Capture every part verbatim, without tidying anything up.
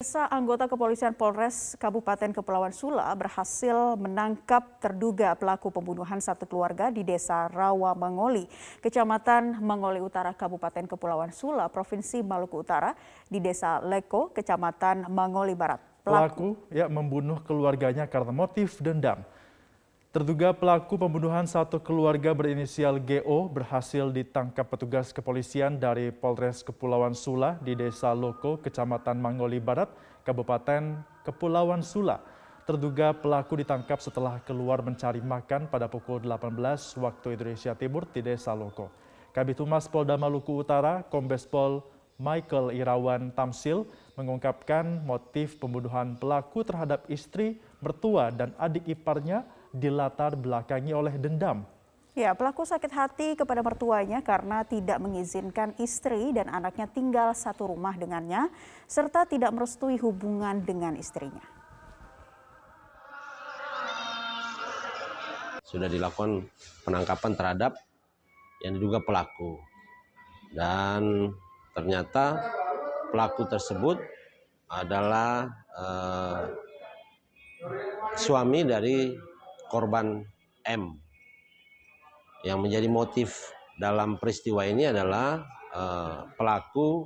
Pemirsa, anggota kepolisian Polres Kabupaten Kepulauan Sula berhasil menangkap terduga pelaku pembunuhan satu keluarga di Desa Rawa Mangoli, Kecamatan Mangoli Utara, Kabupaten Kepulauan Sula, Provinsi Maluku Utara, di Desa Leko, Kecamatan Mangoli Barat. Pelaku, pelaku ya membunuh keluarganya karena motif dendam. Terduga pelaku pembunuhan satu keluarga berinisial G O berhasil ditangkap petugas kepolisian dari Polres Kepulauan Sula di Desa Loko, Kecamatan Mangoli Barat, Kabupaten Kepulauan Sula. Terduga pelaku ditangkap setelah keluar mencari makan pada pukul delapan belas waktu Indonesia Timur di Desa Loko. Kabid Humas Polda Maluku Utara, Kombes Pol Michael Irawan Tamsil mengungkapkan motif pembunuhan pelaku terhadap istri, mertua, dan adik iparnya dilatar belakangi oleh dendam. Ya, pelaku sakit hati kepada mertuanya karena tidak mengizinkan istri dan anaknya tinggal satu rumah dengannya, serta tidak merestui hubungan dengan istrinya. Sudah dilakukan penangkapan terhadap yang diduga pelaku. Dan ternyata pelaku tersebut adalah eh, suami dari korban M. Yang menjadi motif dalam peristiwa ini adalah eh, pelaku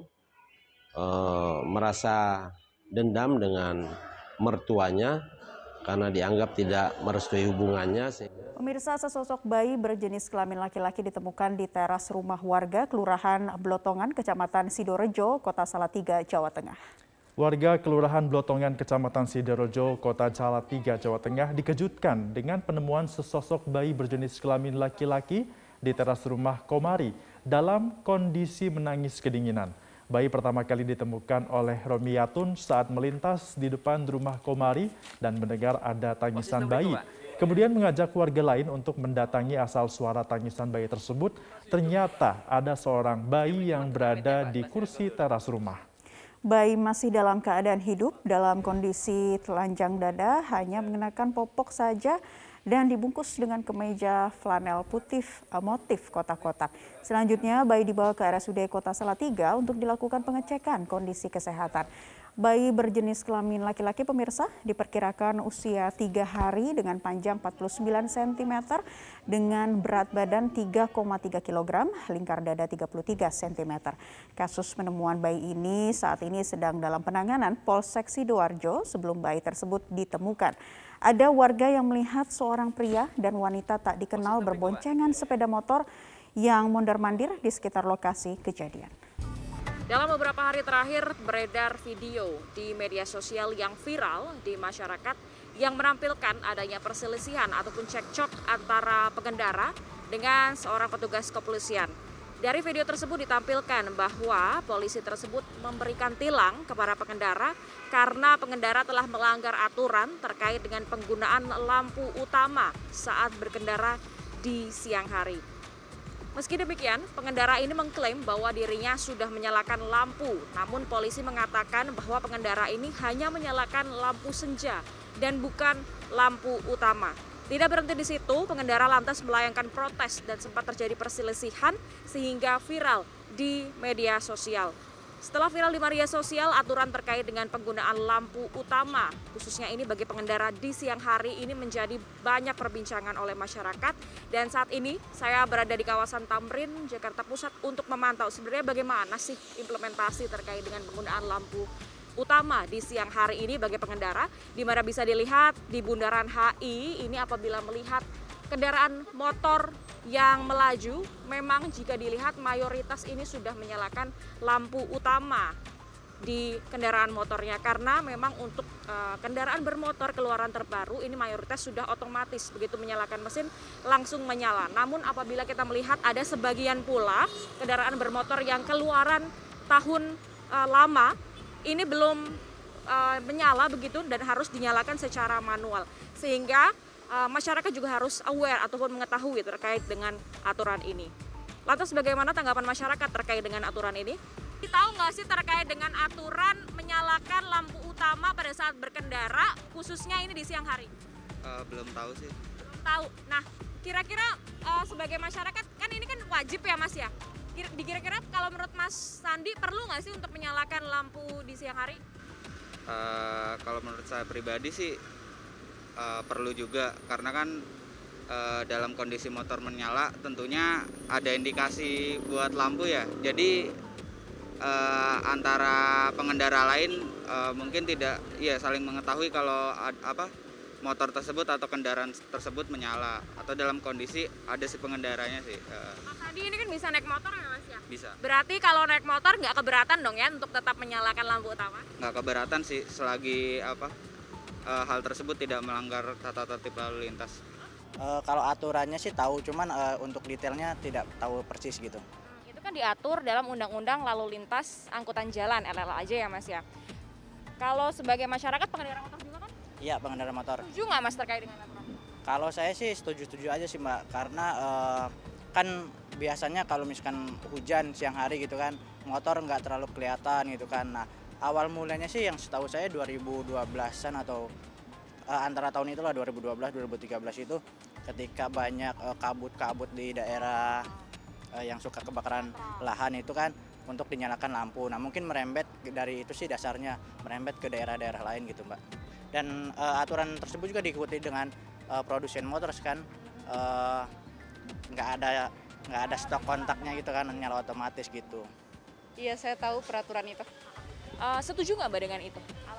eh, merasa dendam dengan mertuanya karena dianggap tidak merestui hubungannya. Pemirsa, sesosok bayi berjenis kelamin laki-laki ditemukan di teras rumah warga Kelurahan Blotongan, Kecamatan Sidorejo, Kota Salatiga, Jawa Tengah. Warga Kelurahan Blotongan, Kecamatan Sidorejo, Kota Salatiga, Jawa Tengah dikejutkan dengan penemuan sesosok bayi berjenis kelamin laki-laki di teras rumah Komari dalam kondisi menangis kedinginan. Bayi pertama kali ditemukan oleh Romiatun saat melintas di depan rumah Komari dan mendengar ada tangisan bayi. Kemudian mengajak warga lain untuk mendatangi asal suara tangisan bayi tersebut. Ternyata ada seorang bayi yang berada di kursi teras rumah. Bayi masih dalam keadaan hidup, dalam kondisi telanjang dada, hanya mengenakan popok saja dan dibungkus dengan kemeja flanel putih motif kotak-kotak. Selanjutnya bayi dibawa ke R S U D Kota Salatiga untuk dilakukan pengecekan kondisi kesehatan. Bayi berjenis kelamin laki-laki, pemirsa, diperkirakan usia tiga hari dengan panjang empat puluh sembilan sentimeter dengan berat badan tiga koma tiga kilogram, lingkar dada tiga puluh tiga sentimeter. Kasus penemuan bayi ini saat ini sedang dalam penanganan Polsek Sidoarjo sebelum bayi tersebut ditemukan. Ada warga yang melihat seorang pria dan wanita tak dikenal berboncengan sepeda motor yang mondar-mandir di sekitar lokasi kejadian. Dalam beberapa hari terakhir beredar video di media sosial yang viral di masyarakat yang menampilkan adanya perselisihan ataupun cekcok antara pengendara dengan seorang petugas kepolisian. Dari video tersebut ditampilkan bahwa polisi tersebut memberikan tilang kepada pengendara karena pengendara telah melanggar aturan terkait dengan penggunaan lampu utama saat berkendara di siang hari. Meski demikian, pengendara ini mengklaim bahwa dirinya sudah menyalakan lampu. Namun polisi mengatakan bahwa pengendara ini hanya menyalakan lampu senja dan bukan lampu utama. Tidak berhenti di situ, pengendara lantas melayangkan protes dan sempat terjadi perselisihan sehingga viral di media sosial. Setelah viral di media sosial, aturan terkait dengan penggunaan lampu utama, khususnya ini bagi pengendara di siang hari, ini menjadi banyak perbincangan oleh masyarakat. Dan saat ini saya berada di kawasan Tamrin, Jakarta Pusat untuk memantau sebenarnya bagaimana sih implementasi terkait dengan penggunaan lampu utama di siang hari ini bagi pengendara, di mana bisa dilihat di Bundaran H I ini apabila melihat kendaraan motor yang melaju, memang jika dilihat mayoritas ini sudah menyalakan lampu utama di kendaraan motornya karena memang untuk uh, kendaraan bermotor keluaran terbaru ini mayoritas sudah otomatis begitu menyalakan mesin langsung menyala. Namun apabila kita melihat ada sebagian pula kendaraan bermotor yang keluaran tahun uh, lama ini belum uh, menyala begitu dan harus dinyalakan secara manual sehingga Uh, masyarakat juga harus aware ataupun mengetahui terkait dengan aturan ini. Lantas bagaimana tanggapan masyarakat terkait dengan aturan ini? Tahu nggak sih terkait dengan aturan menyalakan lampu utama pada saat berkendara, khususnya ini di siang hari? Uh, belum tahu sih. Belum tahu. Nah, kira-kira uh, sebagai masyarakat kan ini kan wajib ya Mas ya? Kira-kira kalau menurut Mas Sandi perlu nggak sih untuk menyalakan lampu di siang hari? Uh, kalau menurut saya pribadi sih uh, perlu juga, karena kan uh, dalam kondisi motor menyala tentunya ada indikasi buat lampu ya. Jadi uh, antara pengendara lain uh, mungkin tidak ya saling mengetahui kalau ad, apa motor tersebut atau kendaraan tersebut menyala atau dalam kondisi ada si pengendaranya sih. Uh, Mas Adi ini kan bisa naik motor ya Mas ya? Bisa. Berarti kalau naik motor nggak keberatan dong ya untuk tetap menyalakan lampu utama? Nggak keberatan sih selagi apa uh, hal tersebut tidak melanggar tata tertib lalu lintas. Uh, kalau aturannya sih tahu, cuman uh, untuk detailnya tidak tahu persis gitu. Hmm, itu kan diatur dalam Undang-Undang Lalu Lintas Angkutan Jalan L L A J ya Mas ya. Kalau sebagai masyarakat pengendara motor juga kan? Iya, pengendara motor. Setuju nggak Mas terkait dengan aturan? Kalau saya sih setuju-setuju aja sih Mbak, karena uh, kan biasanya kalau misalkan hujan siang hari gitu kan, motor nggak terlalu kelihatan gitu kan. Nah, awal mulanya sih yang setahu saya dua ribu dua belasan atau uh, antara tahun itulah dua ribu dua belas dua ribu tiga belas itu ketika banyak uh, kabut-kabut di daerah uh, yang suka kebakaran lahan itu kan untuk dinyalakan lampu. Nah, mungkin merembet dari itu sih dasarnya, merembet ke daerah-daerah lain gitu Mbak. Dan uh, aturan tersebut juga diikuti dengan uh, produsen motor kan, nggak uh, ada nggak ada stok kontaknya gitu kan, nyala otomatis gitu. Iya, saya tahu peraturan itu. Uh, setuju nggak Mbak dengan itu?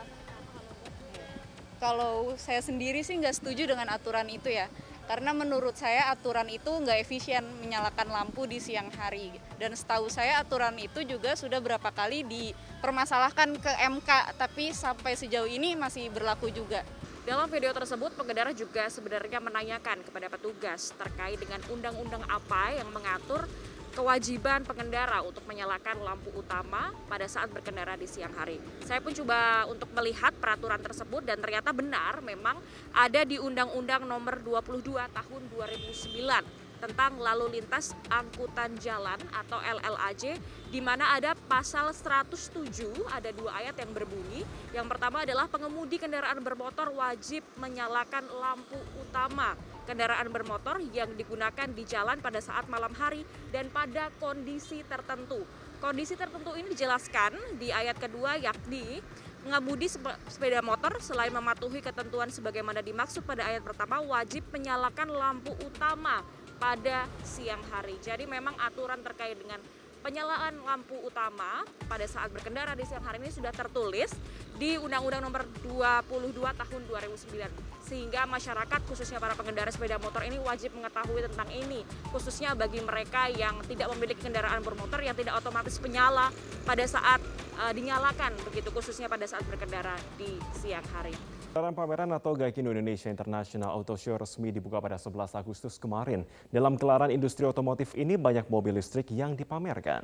Kalau saya sendiri sih nggak setuju dengan aturan itu ya, karena menurut saya aturan itu nggak efisien menyalakan lampu di siang hari. Dan setahu saya aturan itu juga sudah berapa kali dipermasalahkan ke M K, tapi sampai sejauh ini masih berlaku juga. Dalam video tersebut, pengendara juga sebenarnya menanyakan kepada petugas terkait dengan undang-undang apa yang mengatur kewajiban pengendara untuk menyalakan lampu utama pada saat berkendara di siang hari. Saya pun coba untuk melihat peraturan tersebut dan ternyata benar memang ada di Undang-Undang Nomor dua puluh dua Tahun dua ribu sembilan tentang Lalu Lintas Angkutan Jalan atau L L A J, di mana ada pasal seratus tujuh, ada dua ayat yang berbunyi. Yang pertama adalah pengemudi kendaraan bermotor wajib menyalakan lampu utama kendaraan bermotor yang digunakan di jalan pada saat malam hari dan pada kondisi tertentu. Kondisi tertentu ini dijelaskan di ayat kedua, yakni pengemudi sepeda motor selain mematuhi ketentuan sebagaimana dimaksud pada ayat pertama wajib menyalakan lampu utama pada siang hari. Jadi memang aturan terkait dengan penyalaan lampu utama pada saat berkendara di siang hari ini sudah tertulis di Undang-Undang Nomor dua puluh dua Tahun dua ribu sembilan, sehingga masyarakat khususnya para pengendara sepeda motor ini wajib mengetahui tentang ini, khususnya bagi mereka yang tidak memiliki kendaraan bermotor yang tidak otomatis menyala pada saat uh, dinyalakan, begitu khususnya pada saat berkendara di siang hari. Gelaran pameran atau Gaikindo Indonesia International Auto Show resmi dibuka pada sebelas Agustus kemarin. Dalam gelaran industri otomotif ini banyak mobil listrik yang dipamerkan.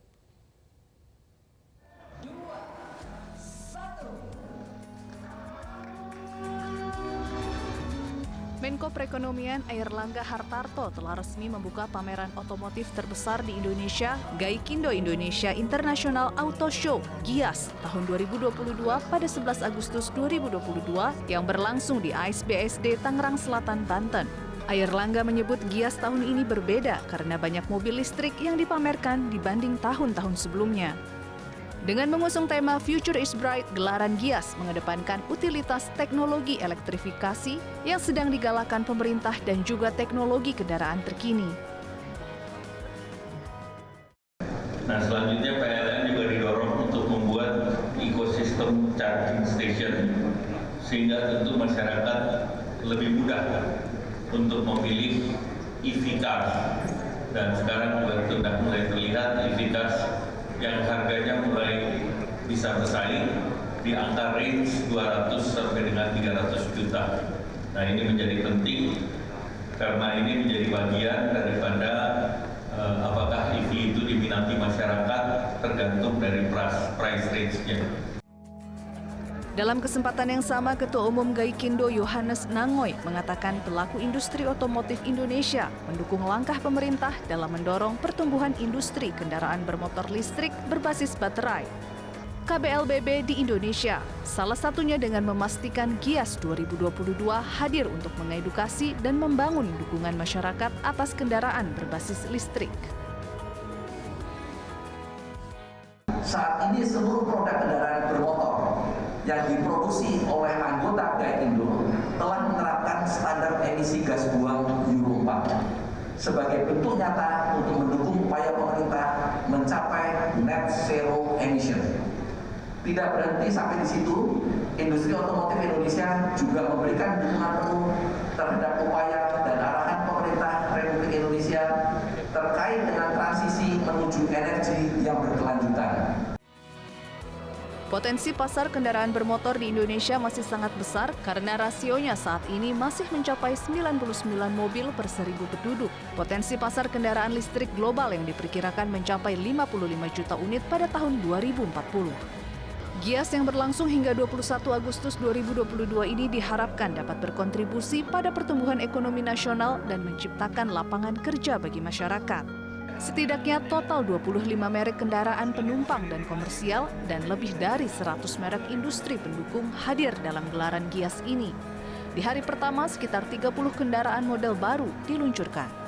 Menko Perekonomian Airlangga Hartarto telah resmi membuka pameran otomotif terbesar di Indonesia, Gaikindo Indonesia International Auto Show (GIAS) tahun dua ribu dua puluh dua pada sebelas Agustus dua ribu dua puluh dua yang berlangsung di A S B S D Tangerang Selatan, Banten. Airlangga menyebut GIAS tahun ini berbeda karena banyak mobil listrik yang dipamerkan dibanding tahun-tahun sebelumnya. Dengan mengusung tema Future is Bright, gelaran GIAS mengedepankan utilitas teknologi elektrifikasi yang sedang digalakan pemerintah dan juga teknologi kendaraan terkini. Nah, selanjutnya P L N juga didorong untuk membuat ekosistem charging station sehingga tentu masyarakat lebih mudah untuk memilih E V cars, dan sekarang juga sudah mulai terlihat E V cars yang harganya mulai bisa bersaing di angka range dua ratus sampai dengan tiga ratus juta. Nah, ini menjadi penting karena ini menjadi bagian daripada eh, apakah E V itu diminati masyarakat tergantung dari price, price range-nya. Dalam kesempatan yang sama, Ketua Umum Gaikindo Yohanes Nangoy mengatakan pelaku industri otomotif Indonesia mendukung langkah pemerintah dalam mendorong pertumbuhan industri kendaraan bermotor listrik berbasis baterai. K B L B B di Indonesia, salah satunya dengan memastikan GIAS dua ribu dua puluh dua hadir untuk mengedukasi dan membangun dukungan masyarakat atas kendaraan berbasis listrik. Saat ini seluruh produk kendaraan bermotor yang diproduksi oleh anggota Gaikindo telah menerapkan standar emisi gas buang Euro empat sebagai bentuk nyata untuk mendukung upaya pemerintah mencapai net zero emission. Tidak berhenti sampai di situ, industri otomotif Indonesia juga memberikan dukungan penuh terhadap upaya dan arahan pemerintah Republik Indonesia terkait dengan transisi menuju energi yang berkelanjutan. Potensi pasar kendaraan bermotor di Indonesia masih sangat besar karena rasionya saat ini masih mencapai sembilan puluh sembilan mobil per seribu penduduk. Potensi pasar kendaraan listrik global yang diperkirakan mencapai lima puluh lima juta unit pada tahun dua ribu empat puluh. Gias yang berlangsung hingga dua puluh satu Agustus dua ribu dua puluh dua ini diharapkan dapat berkontribusi pada pertumbuhan ekonomi nasional dan menciptakan lapangan kerja bagi masyarakat. Setidaknya total dua puluh lima merek kendaraan penumpang dan komersial dan lebih dari seratus merek industri pendukung hadir dalam gelaran Gias ini. Di hari pertama, sekitar tiga puluh kendaraan model baru diluncurkan.